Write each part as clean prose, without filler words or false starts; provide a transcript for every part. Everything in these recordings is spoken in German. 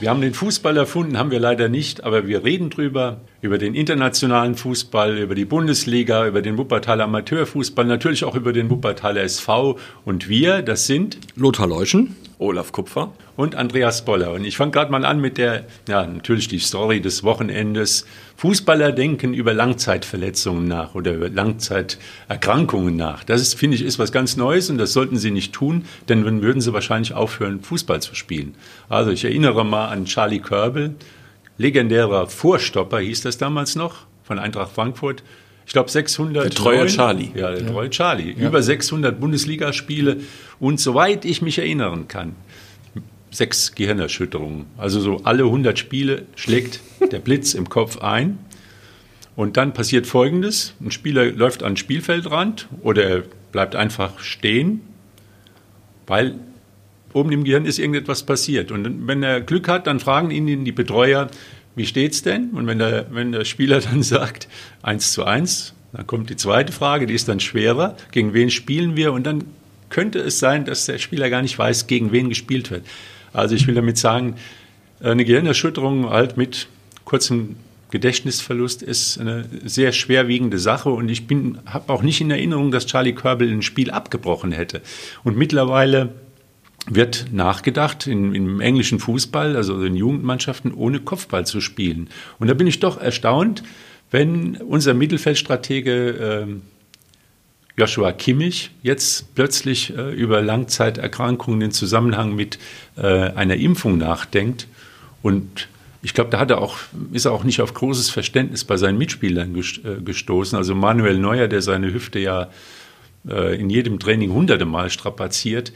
Wir haben den Fußball erfunden, haben wir leider nicht, aber wir reden drüber, über den internationalen Fußball, über die Bundesliga, über den Wuppertaler Amateurfußball, natürlich auch über den Wuppertaler SV. Und wir, das sind Lothar Leuschen, Olaf Kupfer und Andreas Boller. Und ich fange gerade mal an mit natürlich die Story des Wochenendes. Fußballer denken über Langzeitverletzungen nach oder über Langzeiterkrankungen nach. Das ist, finde ich, ist was ganz Neues und das sollten sie nicht tun, denn dann würden sie wahrscheinlich aufhören, Fußball zu spielen. Also ich erinnere mal an Charlie Körbel, legendärer Vorstopper hieß das damals noch, von Eintracht Frankfurt. Ich glaube 600. Der treue Charlie. Ja, der treue Charlie. Ja. Über 600 Bundesligaspiele und soweit ich mich erinnern kann, 6 Gehirnerschütterungen. Also so alle 100 Spiele schlägt der Blitz im Kopf ein. Und dann passiert Folgendes. Ein Spieler läuft an den Spielfeldrand oder er bleibt einfach stehen, weil oben im Gehirn ist irgendetwas passiert. Und wenn er Glück hat, dann fragen ihn die Betreuer, wie steht's denn? Und wenn der Spieler dann sagt 1:1, dann kommt die zweite Frage, die ist dann schwerer. Gegen wen spielen wir? Und dann könnte es sein, dass der Spieler gar nicht weiß, gegen wen gespielt wird. Also ich will damit sagen, eine Gehirnerschütterung halt mit kurzem Gedächtnisverlust ist eine sehr schwerwiegende Sache und ich habe auch nicht in Erinnerung, dass Charlie Körbel ein Spiel abgebrochen hätte. Und mittlerweile wird nachgedacht, im englischen Fußball, also in Jugendmannschaften, ohne Kopfball zu spielen. Und da bin ich doch erstaunt, wenn unser Mittelfeldstratege Joshua Kimmich jetzt plötzlich über Langzeiterkrankungen im Zusammenhang mit einer Impfung nachdenkt. Und ich glaube, ist er auch nicht auf großes Verständnis bei seinen Mitspielern gestoßen. Also Manuel Neuer, der seine Hüfte ja in jedem Training hunderte Mal strapaziert,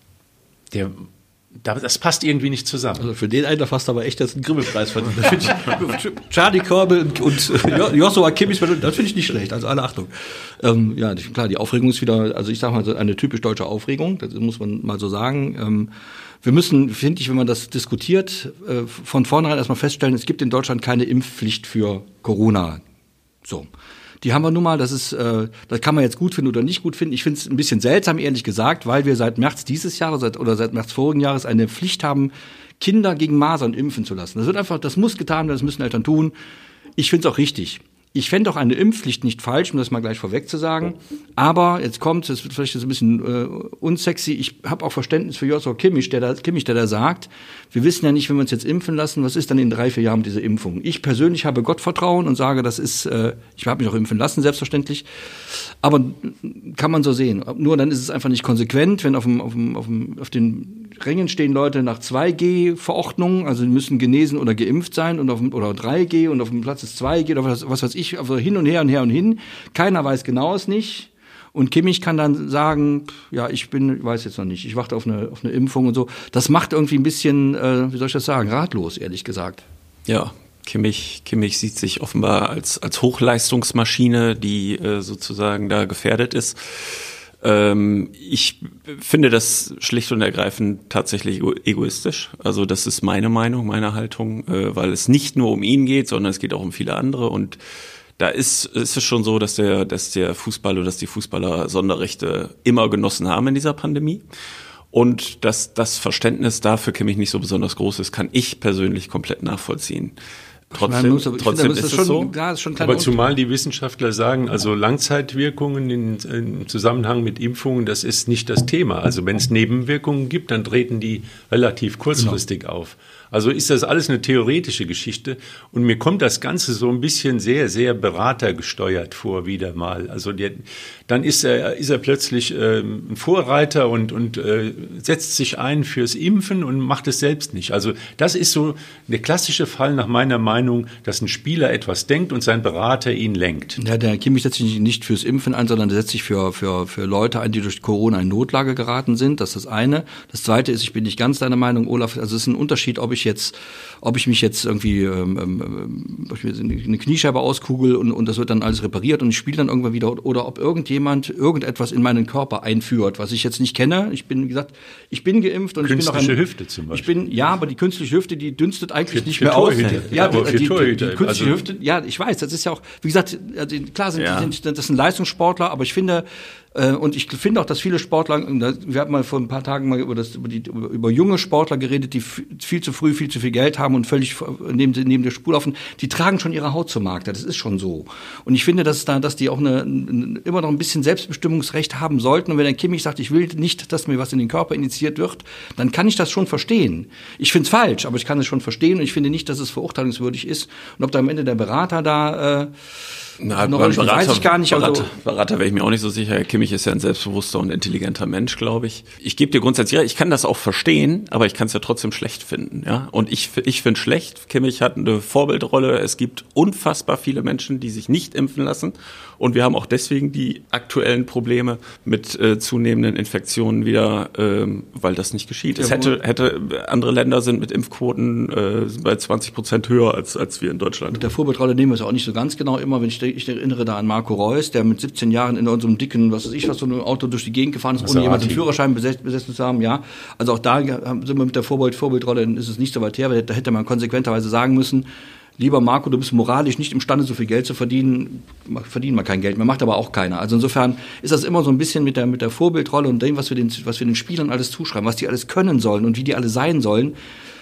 das passt irgendwie nicht zusammen. Also für den einen, da fast aber echt jetzt einen Grimme-Preis verdient. Charlie Körbel und Joshua Kimmich, das finde ich nicht schlecht, also alle Achtung. Ja, klar, die Aufregung ist wieder, also ich sage mal, eine typisch deutsche Aufregung, das muss man mal so sagen. Wir müssen, finde ich, wenn man das diskutiert, von vornherein erstmal feststellen, es gibt in Deutschland keine Impfpflicht für Corona. So. Die haben wir nun mal, das kann man jetzt gut finden oder nicht gut finden. Ich finde es ein bisschen seltsam, ehrlich gesagt, weil wir seit März dieses Jahres seit März vorigen Jahres eine Pflicht haben, Kinder gegen Masern impfen zu lassen. Das muss getan werden, das müssen Eltern tun. Ich finde es auch richtig. Ich fände auch eine Impfpflicht nicht falsch, um das mal gleich vorweg zu sagen. Aber jetzt kommt, das wird vielleicht ein bisschen unsexy, ich habe auch Verständnis für Joshua Kimmich, der da sagt, wir wissen ja nicht, wenn wir uns jetzt impfen lassen, was ist dann in 3-4 Jahren mit dieser Impfung? Ich persönlich habe Gottvertrauen und sage, ich habe mich auch impfen lassen, selbstverständlich. Aber kann man so sehen. Nur dann ist es einfach nicht konsequent, wenn auf den Rängen stehen Leute nach 2G-Verordnungen, also die müssen genesen oder geimpft sein oder 3G und auf dem Platz ist 2G oder was weiß ich, also hin und her und her und hin. Keiner weiß genau es nicht. Und Kimmich kann dann sagen, ja, weiß jetzt noch nicht, ich warte auf eine Impfung und so. Das macht irgendwie ein bisschen, wie soll ich das sagen, ratlos, ehrlich gesagt. Ja, Kimmich sieht sich offenbar als Hochleistungsmaschine, die sozusagen da gefährdet ist. Ich finde das schlicht und ergreifend tatsächlich egoistisch. Also das ist meine Meinung, meine Haltung, weil es nicht nur um ihn geht, sondern es geht auch um viele andere. Und da ist es schon so, dass der Fußball oder dass die Fußballer Sonderrechte immer genossen haben in dieser Pandemie. Und dass das Verständnis dafür Kimmich nicht so besonders groß ist, kann ich persönlich komplett nachvollziehen. Trotzdem ist es so. Ja, ist schon aber zumal die Wissenschaftler sagen, also Langzeitwirkungen im Zusammenhang mit Impfungen, das ist nicht das Thema. Also wenn es Nebenwirkungen gibt, dann treten die relativ kurzfristig auf. Also ist das alles eine theoretische Geschichte und mir kommt das Ganze so ein bisschen sehr, sehr beratergesteuert vor wieder mal. Also dann ist er plötzlich ein Vorreiter und setzt sich ein fürs Impfen und macht es selbst nicht. Also das ist so der klassische Fall nach meiner Meinung, dass ein Spieler etwas denkt und sein Berater ihn lenkt. Ja, der Kimmich setzt sich nicht fürs Impfen ein, sondern der setzt sich für Leute ein, die durch Corona in Notlage geraten sind. Das ist das eine. Das zweite ist, ich bin nicht ganz deiner Meinung, Olaf, also es ist ein Unterschied, ob ich mich jetzt irgendwie eine Kniescheibe auskugel und das wird dann alles repariert und ich spiele dann irgendwann wieder oder ob irgendjemand irgendetwas in meinen Körper einführt, was ich jetzt nicht kenne. Ich bin geimpft und künstliche Hüfte zum Beispiel. Aber die künstliche Hüfte, die dünstet eigentlich nicht mehr aus. Die künstliche Hüfte, ja, ich weiß, das ist ja auch, wie gesagt, klar das sind Leistungssportler, aber ich finde, Und ich finde auch, dass viele Sportler, wir haben mal vor ein paar Tagen mal über junge Sportler geredet, die viel zu früh, viel zu viel Geld haben und völlig neben der Spur laufen, die tragen schon ihre Haut zum Markt. Das ist schon so. Und ich finde, dass die auch immer noch ein bisschen Selbstbestimmungsrecht haben sollten. Und wenn der Kimmich sagt, ich will nicht, dass mir was in den Körper injiziert wird, dann kann ich das schon verstehen. Ich finde es falsch, aber ich kann es schon verstehen und ich finde nicht, dass es verurteilungswürdig ist. Und ob da am Ende der Berater da weiß ich gar nicht. Berater wäre ich mir auch nicht so sicher. Herr Kimmich ist ja ein selbstbewusster und intelligenter Mensch, glaube ich. Ich gebe dir grundsätzlich recht, ich kann das auch verstehen, aber ich kann es ja trotzdem schlecht finden. Ja? Und ich finde schlecht, Kimmich hat eine Vorbildrolle. Es gibt unfassbar viele Menschen, die sich nicht impfen lassen. Und wir haben auch deswegen die aktuellen Probleme mit zunehmenden Infektionen wieder, weil das nicht geschieht. Ja, andere Länder sind mit Impfquoten bei 20% höher als wir in Deutschland. Mit der Vorbildrolle nehmen wir es auch nicht so ganz genau immer. Wenn ich erinnere da an Marco Reus, der mit 17 Jahren in unserem dicken, was so ein Auto durch die Gegend gefahren ist, ohne jemals einen Führerschein besessen zu haben. Ja, also auch da sind wir mit der Vorbildrolle, ist es nicht so weit her. Da hätte man konsequenterweise sagen müssen, lieber Marco, du bist moralisch nicht imstande, so viel Geld zu verdienen, verdienen wir kein Geld mehr, macht aber auch keiner. Also insofern ist das immer so ein bisschen mit der Vorbildrolle und dem, was wir den Spielern alles zuschreiben, was die alles können sollen und wie die alle sein sollen.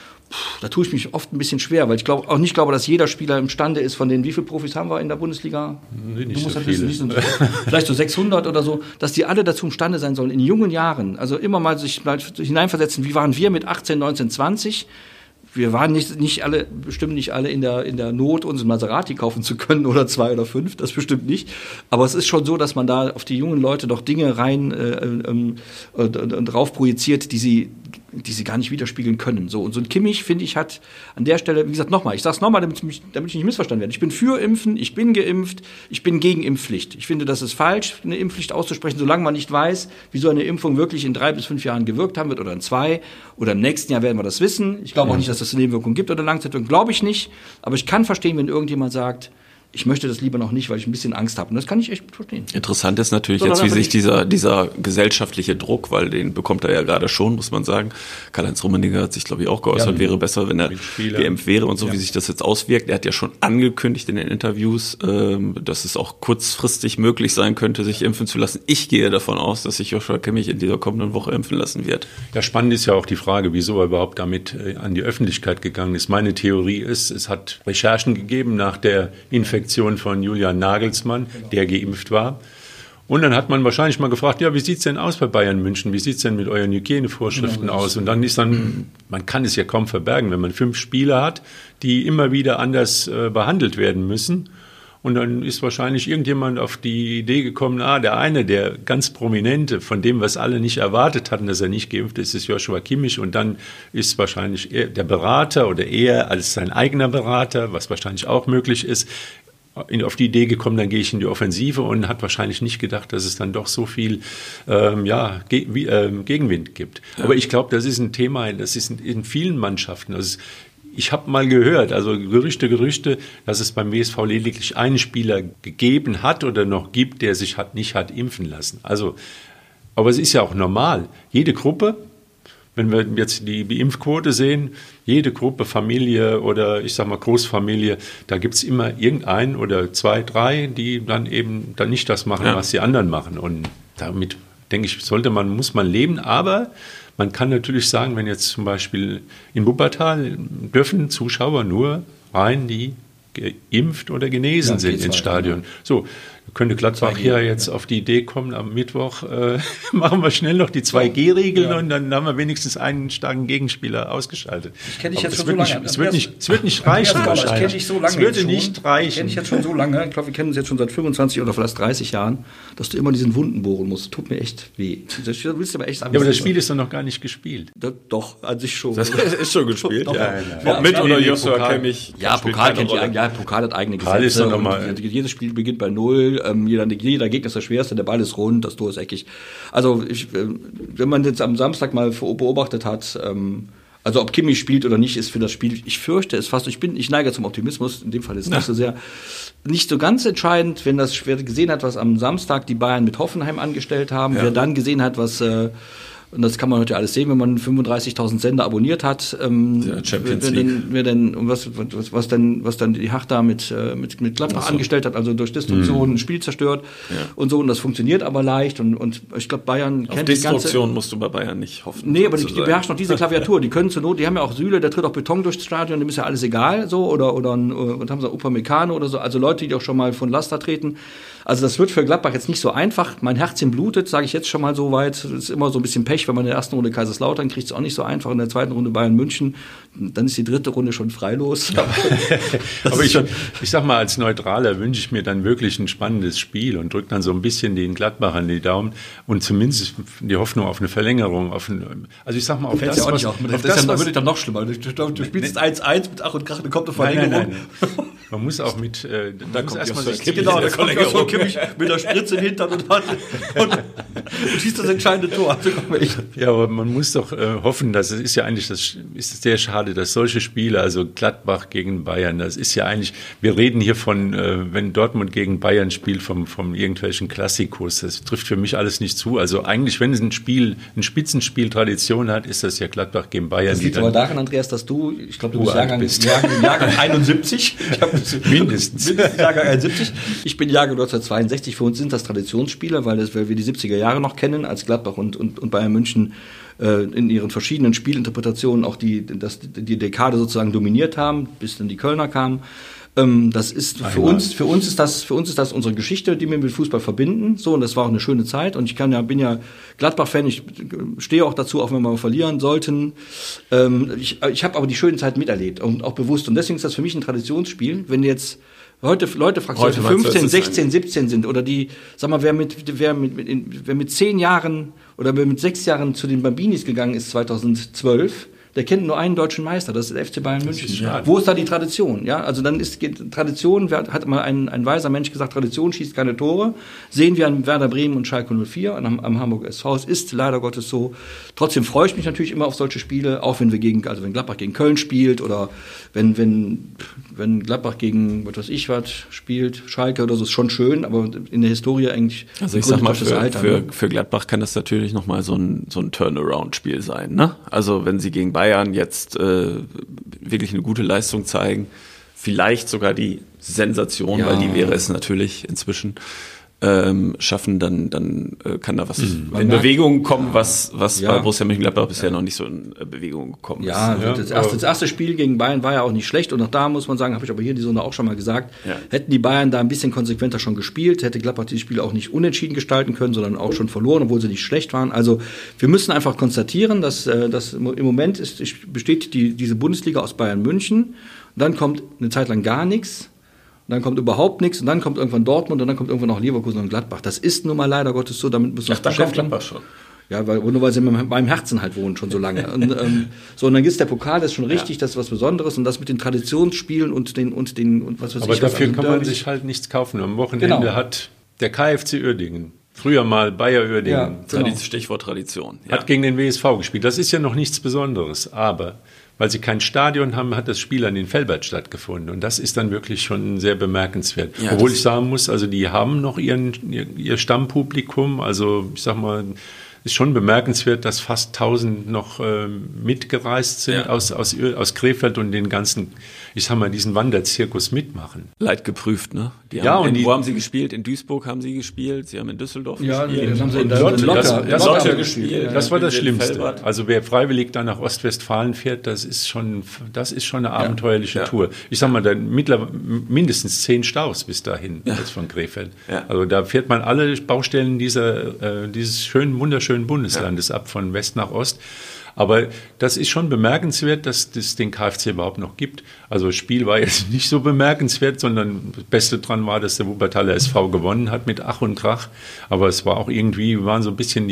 Da tue ich mich oft ein bisschen schwer, weil ich auch nicht glaube, dass jeder Spieler imstande ist, von den, wie viele Profis haben wir in der Bundesliga? Nicht so viele. Vielleicht so 600 oder so, dass die alle dazu imstande sein sollen, in jungen Jahren, also immer mal sich hineinversetzen, wie waren wir mit 18, 19, 20? Wir waren bestimmt nicht alle in der Not, uns einen Maserati kaufen zu können oder 2 oder 5, das bestimmt nicht. Aber es ist schon so, dass man da auf die jungen Leute doch Dinge rein drauf projiziert, die sie gar nicht widerspiegeln können. So, und so ein Kimmich, finde ich, hat an der Stelle, wie gesagt, ich sage es nochmal, damit ich nicht missverstanden werde. Ich bin für Impfen, ich bin geimpft, ich bin gegen Impfpflicht. Ich finde, das ist falsch, eine Impfpflicht auszusprechen, solange man nicht weiß, wie so eine Impfung wirklich in 3 bis 5 Jahren gewirkt haben wird oder in 2 oder im nächsten Jahr werden wir das wissen. Ich glaube auch nicht, dass das eine Nebenwirkung gibt oder Langzeitwirkung, glaube ich nicht. Aber ich kann verstehen, wenn irgendjemand sagt, ich möchte das lieber noch nicht, weil ich ein bisschen Angst habe. Und das kann ich echt verstehen. Interessant ist natürlich jetzt, wie sich dieser gesellschaftliche Druck, weil den bekommt er ja gerade schon, muss man sagen. Karl-Heinz Rummenigge hat sich, glaube ich, auch geäußert, wäre besser, wenn er geimpft wäre und so, wie sich das jetzt auswirkt. Er hat ja schon angekündigt in den Interviews, dass es auch kurzfristig möglich sein könnte, sich impfen zu lassen. Ich gehe davon aus, dass sich Joshua Kimmich in dieser kommenden Woche impfen lassen wird. Ja, spannend ist ja auch die Frage, wieso er überhaupt damit an die Öffentlichkeit gegangen ist. Meine Theorie ist, es hat Recherchen gegeben nach der Infektion von Julian Nagelsmann, der geimpft war. Und dann hat man wahrscheinlich mal gefragt, ja, wie sieht's denn aus bei Bayern München? Wie sieht's denn mit euren Hygienevorschriften aus? Und dann man kann es ja kaum verbergen, wenn man 5 Spieler hat, die immer wieder anders behandelt werden müssen. Und dann ist wahrscheinlich irgendjemand auf die Idee gekommen, der eine, der ganz Prominente, von dem, was alle nicht erwartet hatten, dass er nicht geimpft ist, ist Joshua Kimmich. Und dann ist wahrscheinlich der Berater oder er als sein eigener Berater, was wahrscheinlich auch möglich ist, auf die Idee gekommen, dann gehe ich in die Offensive und hat wahrscheinlich nicht gedacht, dass es dann doch so viel Gegenwind gibt. Ja. Aber ich glaube, das ist ein Thema, das ist in vielen Mannschaften. Ich habe mal gehört, also Gerüchte, dass es beim WSV lediglich einen Spieler gegeben hat oder noch gibt, der sich nicht hat impfen lassen. Also, aber es ist ja auch normal. Jede Gruppe, wenn wir jetzt die Impfquote sehen, jede Gruppe, Familie oder ich sag mal Großfamilie, da gibt's immer irgendeinen oder 2, 3, die dann eben dann nicht das machen, was die anderen machen. Und damit, denke ich, muss man leben. Aber man kann natürlich sagen, wenn jetzt zum Beispiel in Wuppertal dürfen Zuschauer nur rein, die geimpft oder genesen sind ins Stadion. So, könnte Gladbach hier jetzt auf die Idee kommen, am Mittwoch machen wir schnell noch die 2G-Regeln und dann haben wir wenigstens einen starken Gegenspieler ausgeschaltet. Ich kenne dich jetzt schon so lange. Es wird nicht reichen wahrscheinlich. Ich kenne dich so lange. Es würde nicht reichen. Ich kenne dich jetzt schon so lange. Ich glaube, wir kennen uns jetzt schon seit 25 oder vielleicht 30 Jahren, dass du immer diesen Wunden bohren musst. Tut mir echt weh. Das willst du aber echt sagen. Ja, aber das Spiel ist doch noch gar nicht gespielt. Doch, an sich schon. Das ist schon gespielt. Ja, mit oder Joshua Kimmich. Ja, Pokal kennt Pokal hat eigene Gesetze. Jedes Spiel beginnt bei 0. Jeder Gegner ist der schwerste, der Ball ist rund, das Tor ist eckig. Also wenn man jetzt am Samstag mal beobachtet hat, also ob Kimmich spielt oder nicht, ist für das Spiel, ich fürchte es fast, ich neige zum Optimismus, in dem Fall ist es nicht so ganz entscheidend, wer gesehen hat, was am Samstag die Bayern mit Hoffenheim angestellt haben, wer dann gesehen hat, was Und das kann man heute alles sehen, wenn man 35.000 Sender abonniert hat. Champions League. Was dann die Hertha mit Gladbach angestellt hat, also durch Destruktion ein Spiel zerstört und so. Und das funktioniert aber leicht. Und ich glaube, Bayern kennt die ganze... Destruktion musst du bei Bayern nicht hoffen. Nee, aber die beherrschen noch diese Klaviatur. Die können zur Not, die haben ja auch Süle, der tritt auch Beton durchs Stadion, dem ist ja alles egal, so. Und haben so Upamecano oder so. Also Leute, die auch schon mal von Laster treten. Also das wird für Gladbach jetzt nicht so einfach. Mein Herzchen blutet, sage ich jetzt schon mal so weit. Das ist immer so ein bisschen Pech, wenn man in der ersten Runde Kaiserslautern kriegt, es auch nicht so einfach. In der zweiten Runde Bayern München, dann ist die dritte Runde schon freilos. Aber ich sag mal, als Neutraler wünsche ich mir dann wirklich ein spannendes Spiel und drücke dann so ein bisschen den Gladbachern die Daumen und zumindest die Hoffnung auf eine Verlängerung. Also ich sag mal, auf das, ja das würde ich dann noch schlimmer. Du spielst 1-1 mit Ach und Krach, dann kommt eine Verlängerung. Nein. Man muss auch mit... da kommt erstmal genau, da kommt so Kimmich mit der Spritze im Hintern und schießt das entscheidende Tor. Also ja, aber man muss doch hoffen, dass es ist ja eigentlich, das ist sehr schade, dass solche Spiele, also Gladbach gegen Bayern, das ist ja eigentlich, wir reden hier von, wenn Dortmund gegen Bayern spielt, vom irgendwelchen Klassikos, das trifft für mich alles nicht zu. Also eigentlich, wenn es ein Spitzenspiel Tradition hat, ist das ja Gladbach gegen Bayern. Das liegt aber daran, Andreas, dass ich glaube, du bist Jahrgang 71. Mindestens. Jahrgang 71. Ich bin Jahrgang 1962. Für uns sind das Traditionsspiele, weil wir die 70er Jahre noch kennen, als Gladbach und Bayern München in ihren verschiedenen Spielinterpretationen auch die Dekade sozusagen dominiert haben, bis dann die Kölner kamen. Das ist für uns ist das unsere Geschichte, die wir mit Fußball verbinden. So, und das war auch eine schöne Zeit. Und ich bin ja Gladbach-Fan. Ich stehe auch dazu, auch wenn wir mal verlieren sollten. Ich habe aber die schönen Zeiten miterlebt und auch bewusst. Und deswegen ist das für mich ein Traditionsspiel. Wenn jetzt Leute fragst, heute 15, 16, 17 sind oder die, sag mal, wer mit 10 Jahren oder wer mit 6 Jahren zu den Bambinis gegangen ist 2012, der kennt nur einen deutschen Meister, das ist der FC Bayern München. Wo ist da die Tradition? Ja, also dann ist Tradition, hat mal ein weiser Mensch gesagt, Tradition schießt keine Tore. Sehen wir an Werder Bremen und Schalke 04 am Hamburger SV. Es ist leider Gottes so. Trotzdem freue ich mich natürlich immer auf solche Spiele, auch wenn wenn Gladbach gegen Köln spielt oder wenn Gladbach gegen was spielt, Schalke oder so, ist schon schön, aber in der Historie eigentlich. Also ich sag mal, für Gladbach kann das natürlich nochmal so ein Turnaround-Spiel sein, ne? Also wenn sie gegen Bayern jetzt wirklich eine gute Leistung zeigen, vielleicht sogar die Sensation, weil die wäre es natürlich inzwischen, schaffen, dann kann da was in Bewegung kommen, was bei Borussia Mönchengladbach bisher noch nicht so in Bewegung gekommen ist. Das erste Spiel gegen Bayern war ja auch nicht schlecht und auch da muss man sagen, habe ich aber hier in dieser Runde auch schon mal gesagt, hätten die Bayern da ein bisschen konsequenter schon gespielt, hätte Gladbach die Spiele auch nicht unentschieden gestalten können, sondern auch schon verloren, obwohl sie nicht schlecht waren. Also wir müssen einfach konstatieren, dass im Moment besteht diese Bundesliga aus Bayern München und dann kommt eine Zeit lang gar nichts. Und dann kommt überhaupt nichts und dann kommt irgendwann Dortmund und dann kommt irgendwann auch Leverkusen und Gladbach. Das ist nun mal leider Gottes so, damit müssen wir uns beschäftigen. Gladbach schon. Ja, weil sie in meinem Herzen halt wohnen schon so lange. Und dann ist der Pokal, das ist schon richtig, das ist was Besonderes und das mit den Traditionsspielen und was weiß aber ich. Aber dafür kann man sich halt nichts kaufen. Am Wochenende hat der KFC Uerdingen, früher mal Bayer Uerdingen, Stichwort Tradition, hat gegen den WSV gespielt. Das ist ja noch nichts Besonderes, aber weil sie kein Stadion haben, hat das Spiel an den Feldberg stattgefunden. Und das ist dann wirklich schon sehr bemerkenswert. Ja, obwohl ich sagen muss, also die haben noch ihr Stammpublikum. Also ich sag mal, ist schon bemerkenswert, dass fast 1000 noch mitgereist sind aus Krefeld und den ganzen, ich sag mal, diesen Wanderzirkus mitmachen. Leidgeprüft, ne? Wo haben sie gespielt? In Duisburg haben sie gespielt, sie haben in Düsseldorf gespielt. Das haben sie in Lotte gespielt. Das war das Schlimmste. Also wer freiwillig da nach Ostwestfalen fährt, das ist schon eine abenteuerliche Tour. Ich sag mal, da mindestens 10 Staus bis dahin, jetzt von Krefeld. Ja. Also da fährt man alle Baustellen dieses wunderschönen Bundeslandes ab, von West nach Ost. Aber das ist schon bemerkenswert, dass es den KFC überhaupt noch gibt. Also das Spiel war jetzt nicht so bemerkenswert, sondern das Beste dran war, dass der Wuppertaler SV gewonnen hat mit Ach und Krach. Aber es war auch waren so ein bisschen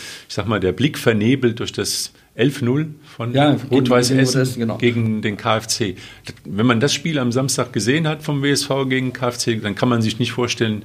der Blick vernebelt durch das 11-0 von Rot-Weiß Essen gegen den KFC. Wenn man das Spiel am Samstag gesehen hat vom WSV gegen KFC, dann kann man sich nicht vorstellen,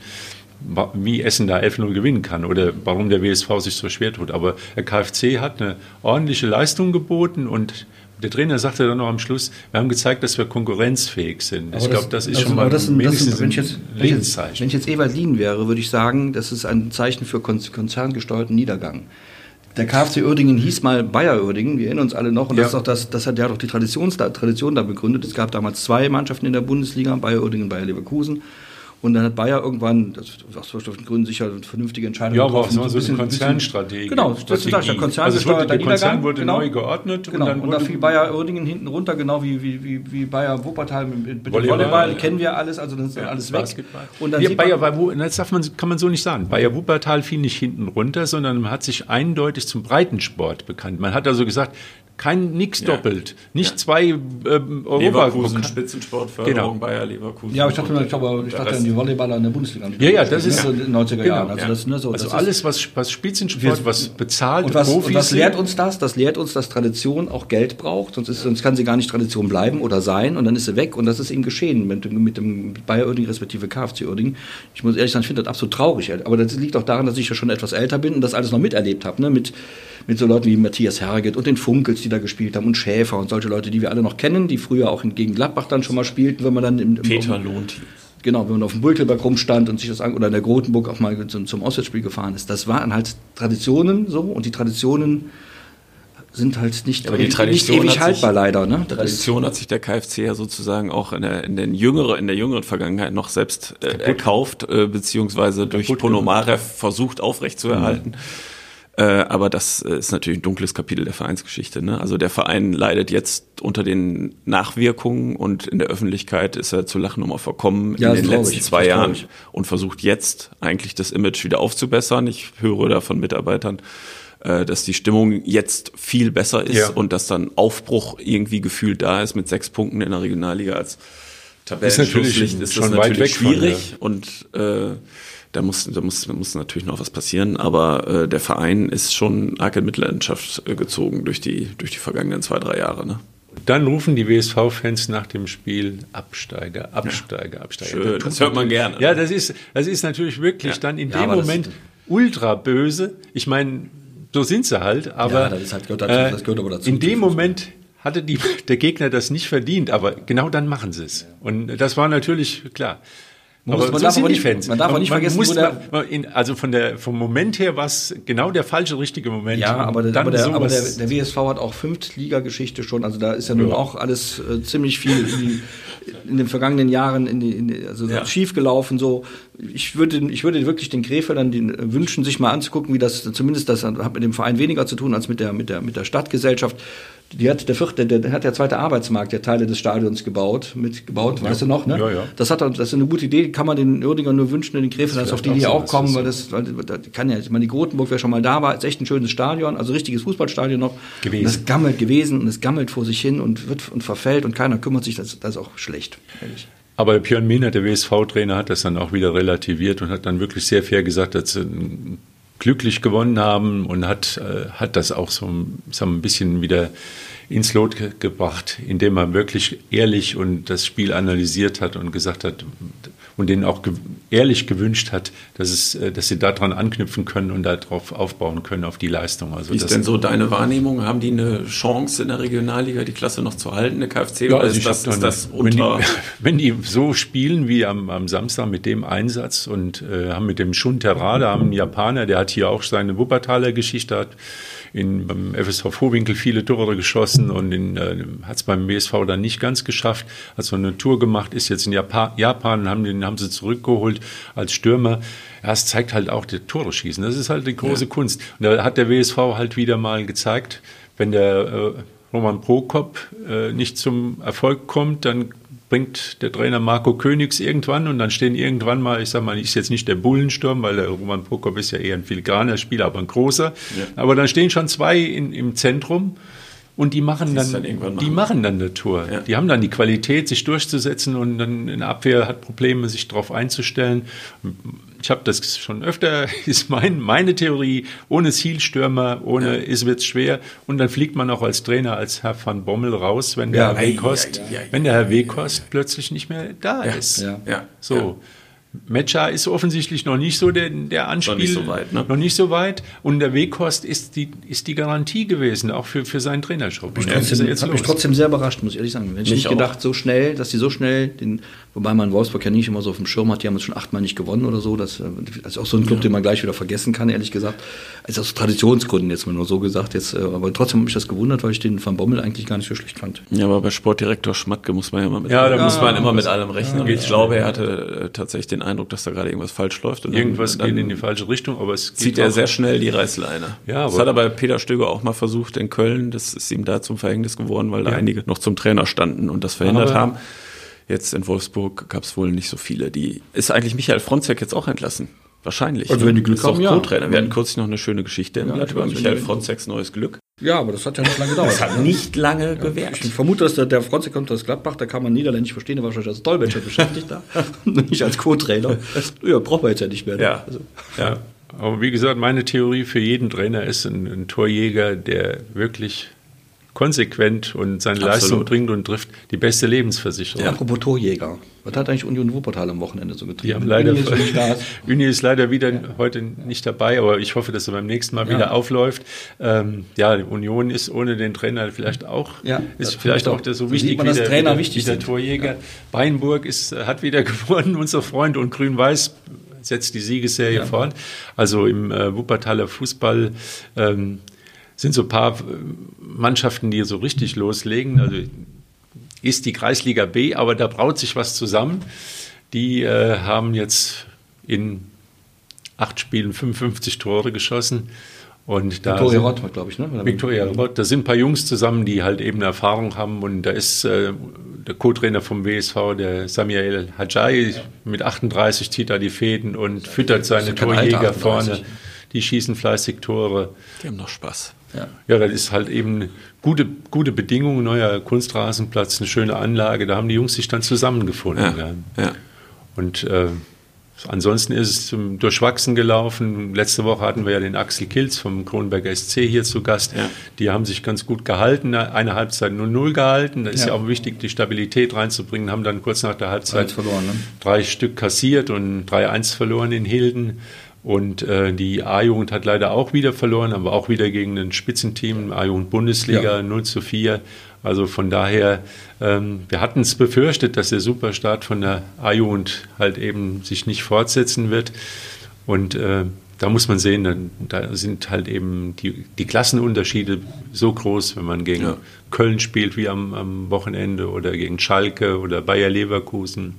wie Essen da 11-0 gewinnen kann oder warum der WSV sich so schwer tut. Aber der KFC hat eine ordentliche Leistung geboten und der Trainer sagte dann noch am Schluss, wir haben gezeigt, dass wir konkurrenzfähig sind. Ich glaube, das ist schon mal mindestens ein Lebenszeichen. Wenn ich jetzt Ewald Lien wäre, würde ich sagen, das ist ein Zeichen für konzerngesteuerten Niedergang. Der KfC Uerdingen hieß mal Bayer Uerdingen, wir erinnern uns alle noch. Und Ja. das hat ja doch die Tradition da begründet. Es gab damals 2 Mannschaften in der Bundesliga, Bayer Uerdingen, Bayer Leverkusen. Und dann hat Bayer irgendwann, aus bestimmten Gründen sicher eine vernünftige Entscheidung Ja, aber getroffen. auch so eine Konzernstrategie. Genau, das ist der Konzern der Konzern wurde neu geordnet. Genau, und da fiel Bayer Uerdingen hinten runter, genau wie Bayer Wuppertal mit dem Volleyball, kennen wir alles, also das ist alles weg. Basketball. Und dann kann man so nicht sagen. Bayer Wuppertal fiel nicht hinten runter, sondern man hat sich eindeutig zum Breitensport bekannt. Man hat also gesagt, nix doppelt, nicht 2 Leverkusen, Spitzensportförderung, Genau. Bayer Leverkusen. Ja, aber ich dachte an die Volleyballer in der Bundesliga. Ja, das ist so in den 90er Jahren. Genau. Also Alles, was Spitzensport, was bezahlt, und was lehrt uns das? Das lehrt uns, dass Tradition auch Geld braucht, sonst kann sie gar nicht Tradition bleiben oder sein und dann ist sie weg und das ist eben geschehen mit dem Bayer Uerdingen respektive KfC Uerdingen. Ich muss ehrlich sagen, ich finde das absolut traurig, aber das liegt auch daran, dass ich ja schon etwas älter bin und das alles noch miterlebt habe, ne? Mit so Leuten wie Matthias Herget und den Funkels, die da gespielt haben und Schäfer und solche Leute, die wir alle noch kennen, die früher auch gegen Gladbach dann schon mal spielten, wenn man dann Peter Lohnti. Genau, wenn man auf dem Bulkelberg rumstand und sich das oder in der Grotenburg auch mal zum Auswärtsspiel gefahren ist. Das waren halt Traditionen so und die Traditionen sind halt nicht ewig haltbar leider. Ne? Tradition hat sich der KfC ja sozusagen auch in der jüngeren Vergangenheit noch selbst erkauft, beziehungsweise durch Ponomarev versucht aufrechtzuerhalten. Aber das ist natürlich ein dunkles Kapitel der Vereinsgeschichte. Ne? Also der Verein leidet jetzt unter den Nachwirkungen und in der Öffentlichkeit ist er zur Lachnummer verkommen in den letzten 2 Jahren und versucht jetzt eigentlich das Image wieder aufzubessern. Ich höre da von Mitarbeitern, dass die Stimmung jetzt viel besser ist und dass dann Aufbruch irgendwie gefühlt da ist mit 6 Punkten in der Regionalliga als Tabellenschlusslicht. Ist das natürlich schwierig und da muss natürlich noch was passieren, aber der Verein ist schon arg in Mitleidenschaft gezogen durch die vergangenen 2-3 Jahre. Ne? Dann rufen die WSV-Fans nach dem Spiel Absteiger. Schön, das hört man gerne. Ja, das ist natürlich wirklich dann in dem Moment ultra böse. Ich meine, so sind sie halt, aber das gehört aber dazu. In dem Moment hatte der Gegner das nicht verdient, aber genau dann machen sie es. Und das war natürlich klar. Aber man so sind die Fans. Man darf auch nicht vergessen, vom Moment her war es genau der richtige Moment. Ja, aber der WSV hat auch 5-Liga-Geschichte schon. Also da ist ja nun auch alles ziemlich viel in den vergangenen Jahren schief gelaufen. So, ich würde wirklich den Krefeldern wünschen, sich mal anzugucken, wie das zumindest das hat mit dem Verein weniger zu tun als mit der Stadtgesellschaft. Der hat der zweite Arbeitsmarkt, der Teile des Stadions gebaut, weißt du noch, ne? Ja. Das ist eine gute Idee, kann man den Uerdingern nur wünschen, den Krefeldern, dass auf die auch kommen, weil kann ja, ich meine, die Grotenburg, wer schon mal da war, ist echt ein schönes Stadion, also richtiges Fußballstadion noch. Das gammelt gewesen und es gammelt vor sich hin und verfällt und keiner kümmert sich, das ist auch schlecht, ehrlich. Aber Björn Mienert, der WSV-Trainer, hat das dann auch wieder relativiert und hat dann wirklich sehr fair gesagt, dass sie glücklich gewonnen haben und hat das auch so ein bisschen wieder ins Lot gebracht, indem er wirklich ehrlich und das Spiel analysiert hat und gesagt hat und denen auch ehrlich gewünscht hat, dass sie daran anknüpfen können und darauf aufbauen können, auf die Leistung. Also wie ist denn so deine Wahrnehmung? Haben die eine Chance in der Regionalliga, die Klasse noch zu halten, der KfC? Ja, oder also ist das unter... Wenn die so spielen wie am Samstag mit dem Einsatz und haben mit dem Shun Terada, haben einen Japaner, der hat hier auch seine Wuppertaler Geschichte, hat beim FSV Vohwinkel viele Tore geschossen und hat es beim WSV dann nicht ganz geschafft, hat so eine Tour gemacht, ist jetzt in Japan, haben sie zurückgeholt als Stürmer. Ja, es zeigt halt auch das Tore schießen, das ist halt die große Kunst. Und da hat der WSV halt wieder mal gezeigt, wenn der Roman Prokop nicht zum Erfolg kommt, dann bringt der Trainer Marco Königs irgendwann und dann stehen irgendwann mal, ich sag mal, ist jetzt nicht der Bullensturm, weil der Roman Prokop ist ja eher ein filigraner Spieler, aber ein großer. Ja. Aber dann stehen schon 2 im Zentrum und die machen dann eine Tour. Ja. Die haben dann die Qualität, sich durchzusetzen und dann in der Abwehr hat Probleme, sich darauf einzustellen. Ich habe das schon öfter, ist meine Theorie, ohne Zielstürmer, wird es schwer. Und dann fliegt man auch als Trainer, als Herr van Bommel raus, wenn der Herr Weghorst plötzlich nicht mehr da ist. Ja. So. Metscher ist offensichtlich noch nicht so der Anspiel. Noch nicht so weit, ne? Noch nicht so weit. Und der Weghorst ist die Garantie gewesen, auch für seinen Trainerjob. Hat mich trotzdem sehr überrascht, muss ich ehrlich sagen. Hätte ich nicht gedacht, dass die so schnell, wobei man Wolfsburg ja nicht immer so auf dem Schirm hat, die haben jetzt schon 8-mal nicht gewonnen oder so. Das ist auch so ein Club, den man gleich wieder vergessen kann, ehrlich gesagt. Ist aus Traditionsgründen jetzt mal nur so gesagt. Aber trotzdem habe ich das gewundert, weil ich den Van Bommel eigentlich gar nicht so schlecht fand. Ja, aber bei Sportdirektor Schmatke muss man ja immer mit allem rechnen. Und ich glaube, er hatte tatsächlich den Eindruck, dass da gerade irgendwas falsch läuft. Und irgendwas geht in die falsche Richtung, aber es zieht er sehr schnell die Reißleine. Ja, das hat er bei Peter Stöger auch mal versucht in Köln. Das ist ihm da zum Verhängnis geworden, weil da einige noch zum Trainer standen und das verhindert haben. Jetzt in Wolfsburg gab es wohl nicht so viele. Ist eigentlich Michael Fronzek jetzt auch entlassen? Wahrscheinlich. Also wenn die Glück haben, ja. Co-Trainer. Wir hatten kürzlich noch eine schöne Geschichte im Blatt über Michael Fronzeks neues Glück. Ja, aber das hat ja nicht lange gedauert. Das hat nicht lange gewährt. Ich vermute, dass der Fronzek kommt aus Gladbach, da kann man Niederländisch verstehen, der war wahrscheinlich als Dolmetscher beschäftigt da. Nicht als Co-Trainer. Ja, braucht man jetzt ja nicht mehr. Ja. Also. Ja. Aber wie gesagt, meine Theorie für jeden Trainer ist ein Torjäger, der wirklich konsequent und seine Leistung bringt und trifft, die beste Lebensversicherung. Ja, apropos Torjäger. Was hat eigentlich Union Wuppertal am Wochenende so getrieben? Die haben leider Uni ist leider wieder heute nicht dabei, aber ich hoffe, dass er beim nächsten Mal wieder aufläuft. Union ist ohne den Trainer vielleicht auch, ist vielleicht auch so wichtig wie der Torjäger. Ja. Beinburg hat wieder gewonnen, unser Freund, und Grün-Weiß setzt die Siegesserie fort. Also im Wuppertaler Fußball sind so ein paar Mannschaften, die so richtig loslegen. Also ist die Kreisliga B, aber da braut sich was zusammen. Die haben jetzt in 8 Spielen 55 Tore geschossen. Und da Viktoria Rott, glaube ich, ne? Viktoria Rott, da sind ein paar Jungs zusammen, die halt eben Erfahrung haben. Und da ist der Co-Trainer vom WSV, der Samuel Hadjai, mit 38 zieht da die Fäden und füttert seine Torjäger vorne. Die schießen fleißig Tore. Die haben noch Spaß. Ja, das ist halt eben gute Bedingungen, neuer Kunstrasenplatz, eine schöne Anlage. Da haben die Jungs sich dann zusammengefunden. Ja. Und ansonsten ist es durchwachsen gelaufen. Letzte Woche hatten wir ja den Axel Kilz vom Kronberger SC hier zu Gast. Ja. Die haben sich ganz gut gehalten, eine Halbzeit 0-0 gehalten. Da ist ja auch wichtig, die Stabilität reinzubringen. Haben dann kurz nach der Halbzeit 3 Stück kassiert und 3-1 verloren in Hilden. Und die A-Jugend hat leider auch wieder verloren, aber auch wieder gegen ein Spitzenteam, A-Jugend-Bundesliga, 0-4. Also von daher, wir hatten es befürchtet, dass der Superstart von der A-Jugend halt eben sich nicht fortsetzen wird. Und da muss man sehen, da sind halt eben die Klassenunterschiede so groß, wenn man gegen Köln spielt wie am Wochenende oder gegen Schalke oder Bayer Leverkusen.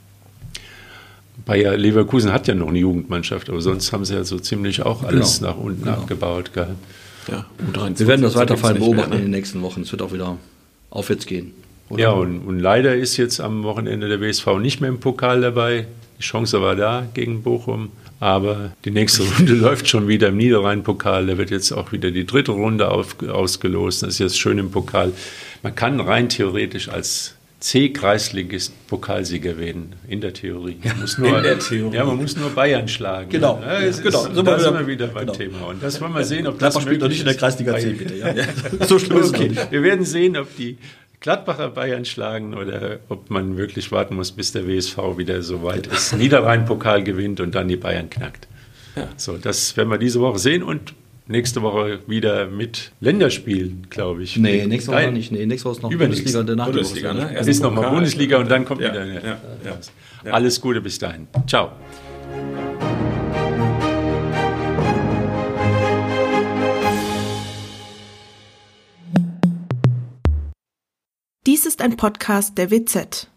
Bayer Leverkusen hat ja noch eine Jugendmannschaft, aber sonst haben sie ja so ziemlich auch alles nach unten abgebaut. Gell? Ja, wir werden das weiterfallen beobachten in den nächsten Wochen. Es wird auch wieder aufwärts gehen. Oder? Ja, und leider ist jetzt am Wochenende der WSV nicht mehr im Pokal dabei. Die Chance war da gegen Bochum. Aber die nächste Runde läuft schon wieder im Niederrhein-Pokal. Da wird jetzt auch wieder die 3. Runde ausgelost. Das ist jetzt schön im Pokal. Man kann rein theoretisch als C-Kreisligist Pokalsieger werden, in der Theorie. Man muss nur Bayern schlagen. Genau. Ja, da sind wir wieder beim Thema. Und das wollen wir sehen, ob das spielt doch nicht in der Kreisliga C, bitte. Ja? So schlimm ist es nicht. Wir werden sehen, ob die Gladbacher Bayern schlagen oder ob man wirklich warten muss, bis der WSV wieder so weit ist. Niederrhein-Pokal gewinnt und dann die Bayern knackt. Ja. So, das werden wir diese Woche sehen und nächste Woche wieder mit Länderspielen, glaube ich. Nee, nächste Woche nicht. Nee, nächste Woche ist noch Bundesliga. Bundesliga, ne? Es ist nochmal Bundesliga und dann kommt wieder. Ja. Alles Gute bis dahin. Ciao. Dies ist ein Podcast der WZ.